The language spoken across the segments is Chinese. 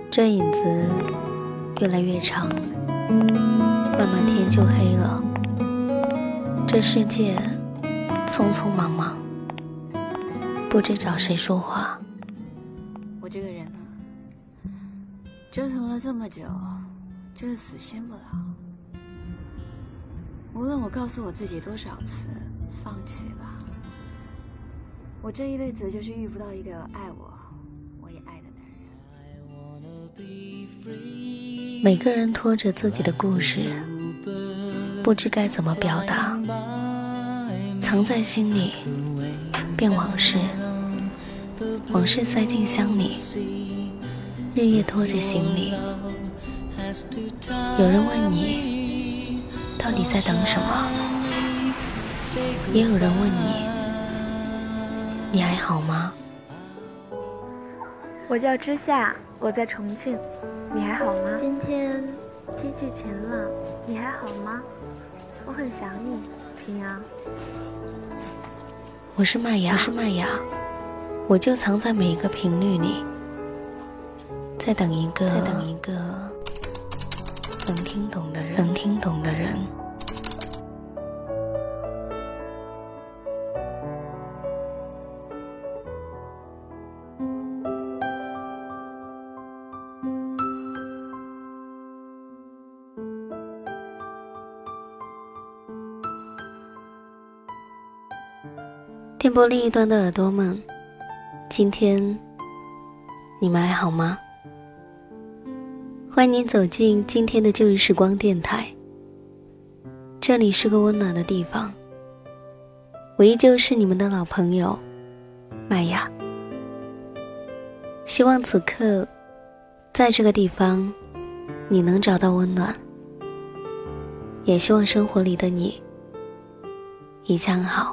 这影子越来越长，慢慢天就黑了。这世界匆匆忙忙，不知找谁说话。 我这个人呢，折腾了这么久，就是死心不了。无论我告诉我自己多少次放弃吧，我这一辈子就是遇不到一个爱我也爱的男人。 每个人拖着自己的故事，不知该怎么表达，藏在心里变往事，往事塞进箱里，日夜拖着行李。有人问你到底在等什么，也有人问你还好吗？ 我叫之夏，我在重庆，你还好吗？今天天气晴了，你还好吗？我很想你，平阳。 我是麦芽，我就藏在每一个频率里，在等一个能听懂的人。电波另一端的耳朵们，今天你们还好吗？欢迎您走进今天的旧日时光电台，这里是个温暖的地方，我依旧是你们的老朋友麦芽。希望此刻在这个地方你能找到温暖，也希望生活里的你一切安好。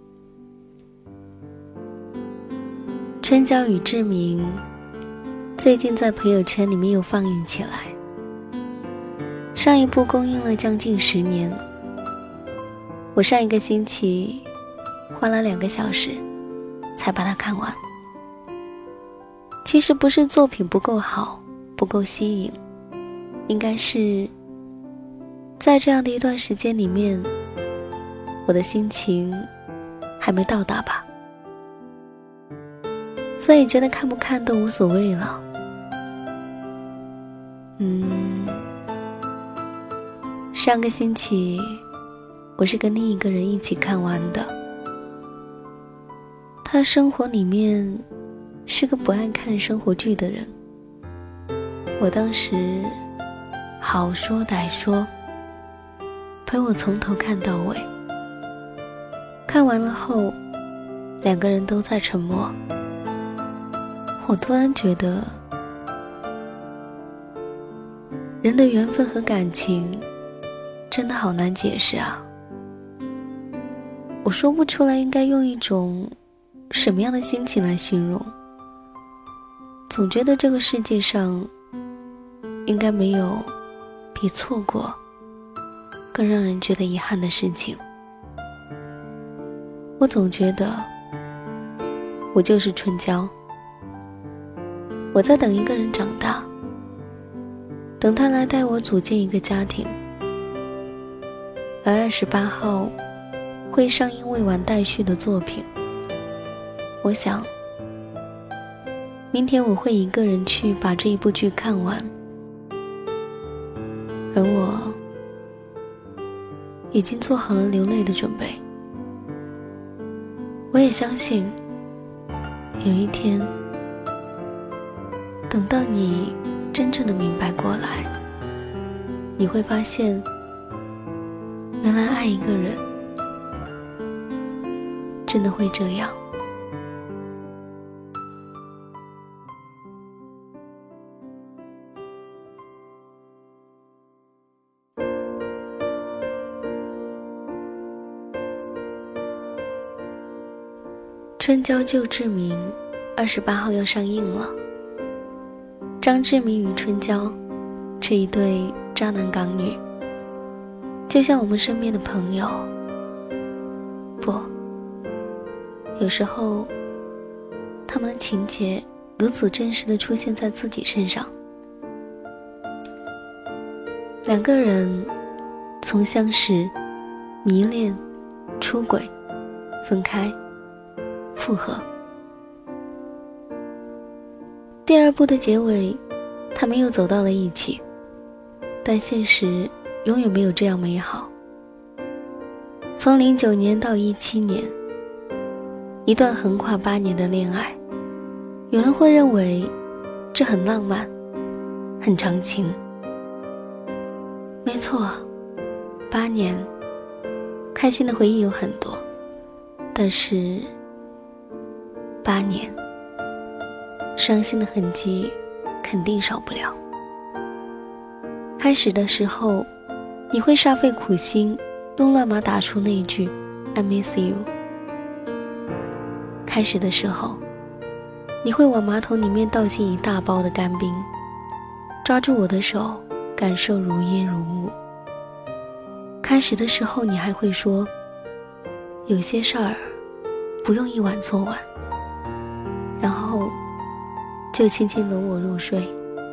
春娇与志明最近在朋友圈里面又放映起来，上一部公映了将近10年，我上一个星期花了2个小时才把它看完。其实不是作品不够好，不够吸引，应该是在这样的一段时间里面，我的心情还没到达吧，所以觉得看不看都无所谓了。上个星期我是跟另一个人一起看完的，他生活里面是个不爱看生活剧的人，我当时好说歹说陪我从头看到尾，看完了后2个人都在沉默。我突然觉得人的缘分和感情真的好难解释啊，我说不出来应该用一种什么样的心情来形容，总觉得这个世界上应该没有比错过更让人觉得遗憾的事情。我总觉得我就是春娇，我在等一个人长大，等他来带我组建一个家庭。而28号会上映未完待续的作品，我想明天我会一个人去把这一部剧看完，而我已经做好了流泪的准备。我也相信有一天，等到你真正的明白过来，你会发现原来爱一个人真的会这样。春娇救志明28号要上映了，张志明与春娇这一对渣男港女，就像我们身边的朋友。不，有时候他们的情节如此真实地出现在自己身上， 两个人从相识、迷恋、出轨、分开、复合。第二部的结尾，他们又走到了一起，但现实永远没有这样美好。从09年到17年，一段横跨8年的恋爱，有人会认为这很浪漫，很长情。没错，8年，开心的回忆有很多，但是8年，伤心的痕迹肯定少不了。开始的时候，你会煞费苦心，用乱码打出那一句 I miss you。 开始的时候，你会往马桶里面倒进一大包的干冰，抓住我的手，感受如烟如雾。开始的时候，你还会说，有些事儿不用一晚做完，然后就轻轻搂我入睡。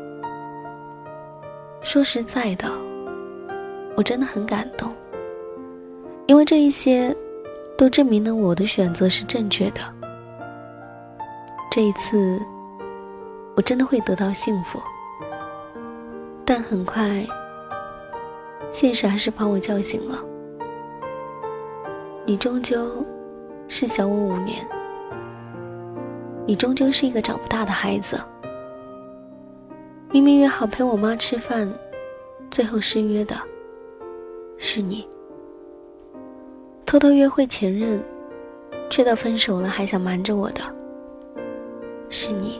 说实在的，我真的很感动，因为这一些都证明了我的选择是正确的。这一次我真的会得到幸福，但很快现实还是把我叫醒了。你终究是小我5年，你终究是一个长不大的孩子。明明约好陪我妈吃饭，最后失约的是你。偷偷约会前任，却到分手了还想瞒着我的是你。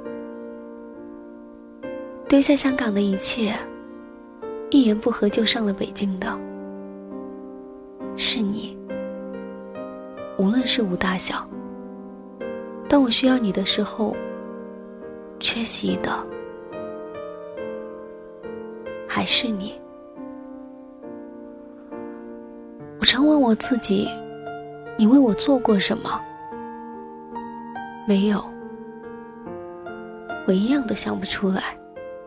丢下香港的一切，一言不合就上了北京的是你。无论事无大小，当我需要你的时候，缺席的还是你。我常问我自己，你为我做过什么？没有，我一样都想不出来。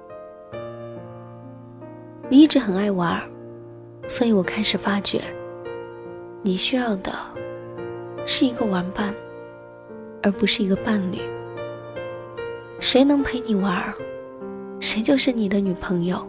你一直很爱玩，所以我开始发觉，你需要的是一个玩伴，而不是一个伴侣。谁能陪你玩，谁就是你的女朋友。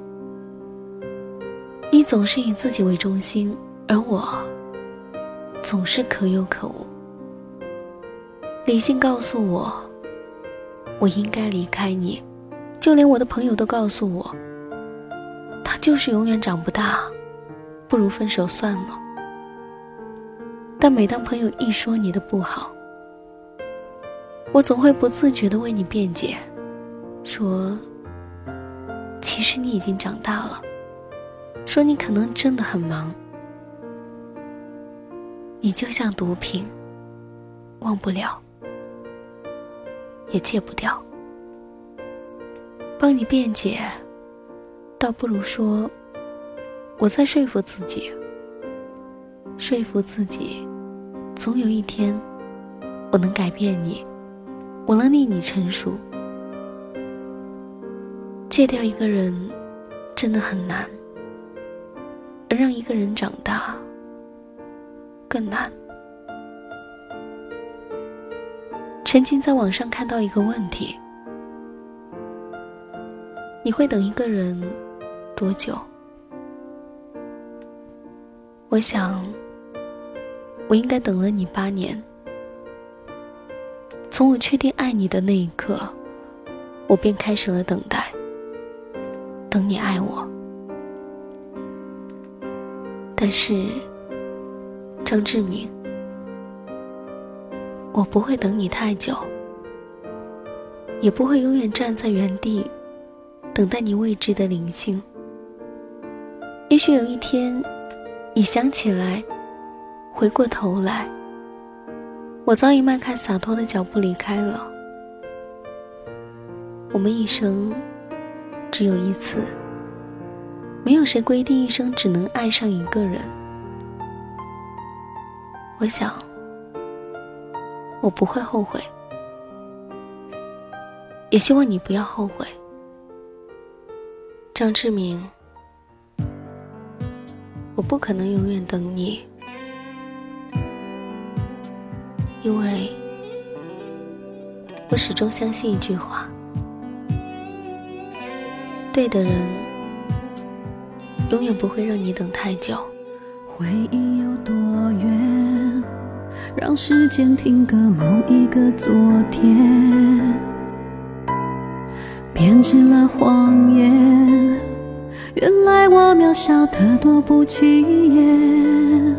你总是以自己为中心，而我总是可有可无。理性告诉我，我应该离开你，就连我的朋友都告诉我，他就是永远长不大，不如分手算了。但每当朋友一说你的不好，我总会不自觉地为你辩解，说其实你已经长大了，说你可能真的很忙。你就像毒品，忘不了，也戒不掉。帮你辩解，倒不如说我在说服自己，说服自己总有一天我能改变你，我能令你成熟。戒掉一个人真的很难，而让一个人长大更难。曾经在网上看到一个问题，你会等一个人多久？我想我应该等了你8年。从我确定爱你的那一刻，我便开始了等待，等你爱我。但是张志明，我不会等你太久，也不会永远站在原地等待你未知的灵性。也许有一天你想起来，回过头来，我早已迈开洒脱的脚步离开了。我们一生只有一次，没有谁规定一生只能爱上一个人。我想我不会后悔，也希望你不要后悔。张志明， 我不可能永远等你，因为我始终相信一句话，对的人永远不会让你等太久。 回忆有多远，让时间停格某一个昨天，编织了谎言，原来我渺小得多不起眼，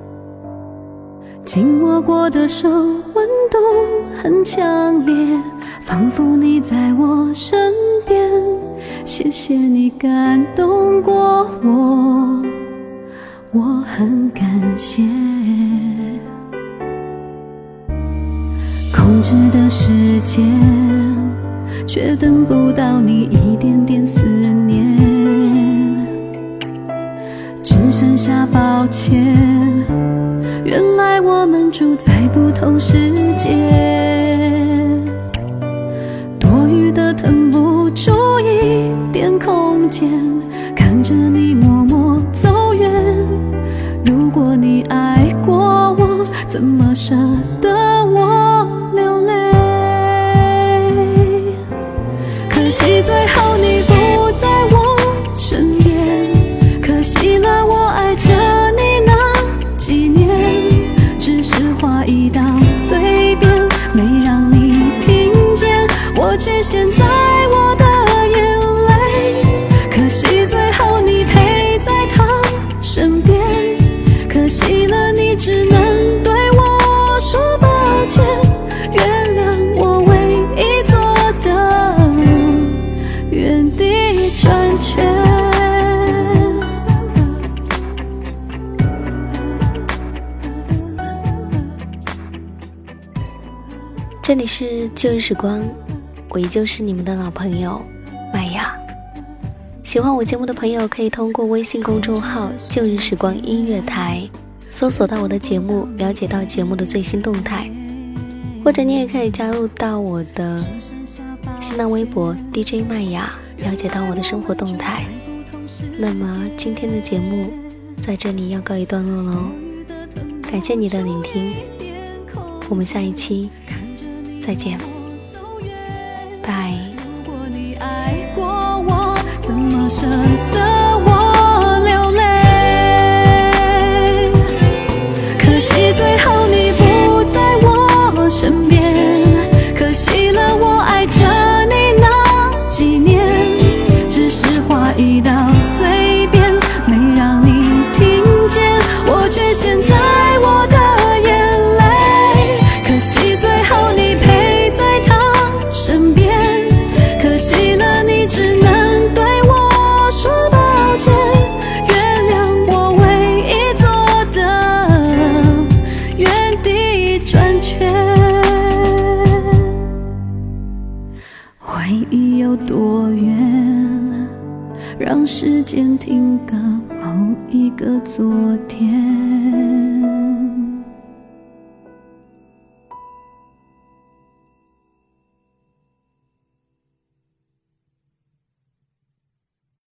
紧握过的手温度很强烈，仿佛你在我身边，谢谢你感动过我，我很感谢。控制的时间，却等不到你一点点思念，只剩下抱歉，原来我们住在不同世界，多余的腾不出一点空间，看着你默默走远，如果你爱过我，怎么舍得我流泪？可惜最后你不在我身边，可惜了我爱着你那几年，只是话一到嘴边，没让你听见，我却陷在我的眼泪。可惜最后你陪在他身边，可惜了你只能对我说抱歉，原谅我唯一做的原地转圈。 这里是旧日时光，我依旧是你们的老朋友麦雅。喜欢我节目的朋友可以通过微信公众号旧日时光音乐台搜索到我的节目，了解到节目的最新动态，或者你也可以加入到我的新浪微博 DJ 麦雅，了解到我的生活动态。那么今天的节目在这里要告一段落喽，感谢你的聆听，我们下一期再见，拜。 如果你爱过我，怎么舍得我流泪？可惜最后你不在我身边，可惜了我爱着你那几年，只是话一到嘴边，没让你听见，我却陷在我的眼泪。可惜最后你陪在他身边，可惜了你只能对我说抱歉，原谅我唯一做的原地转圈。回忆有多远，让时间停格某一个昨天。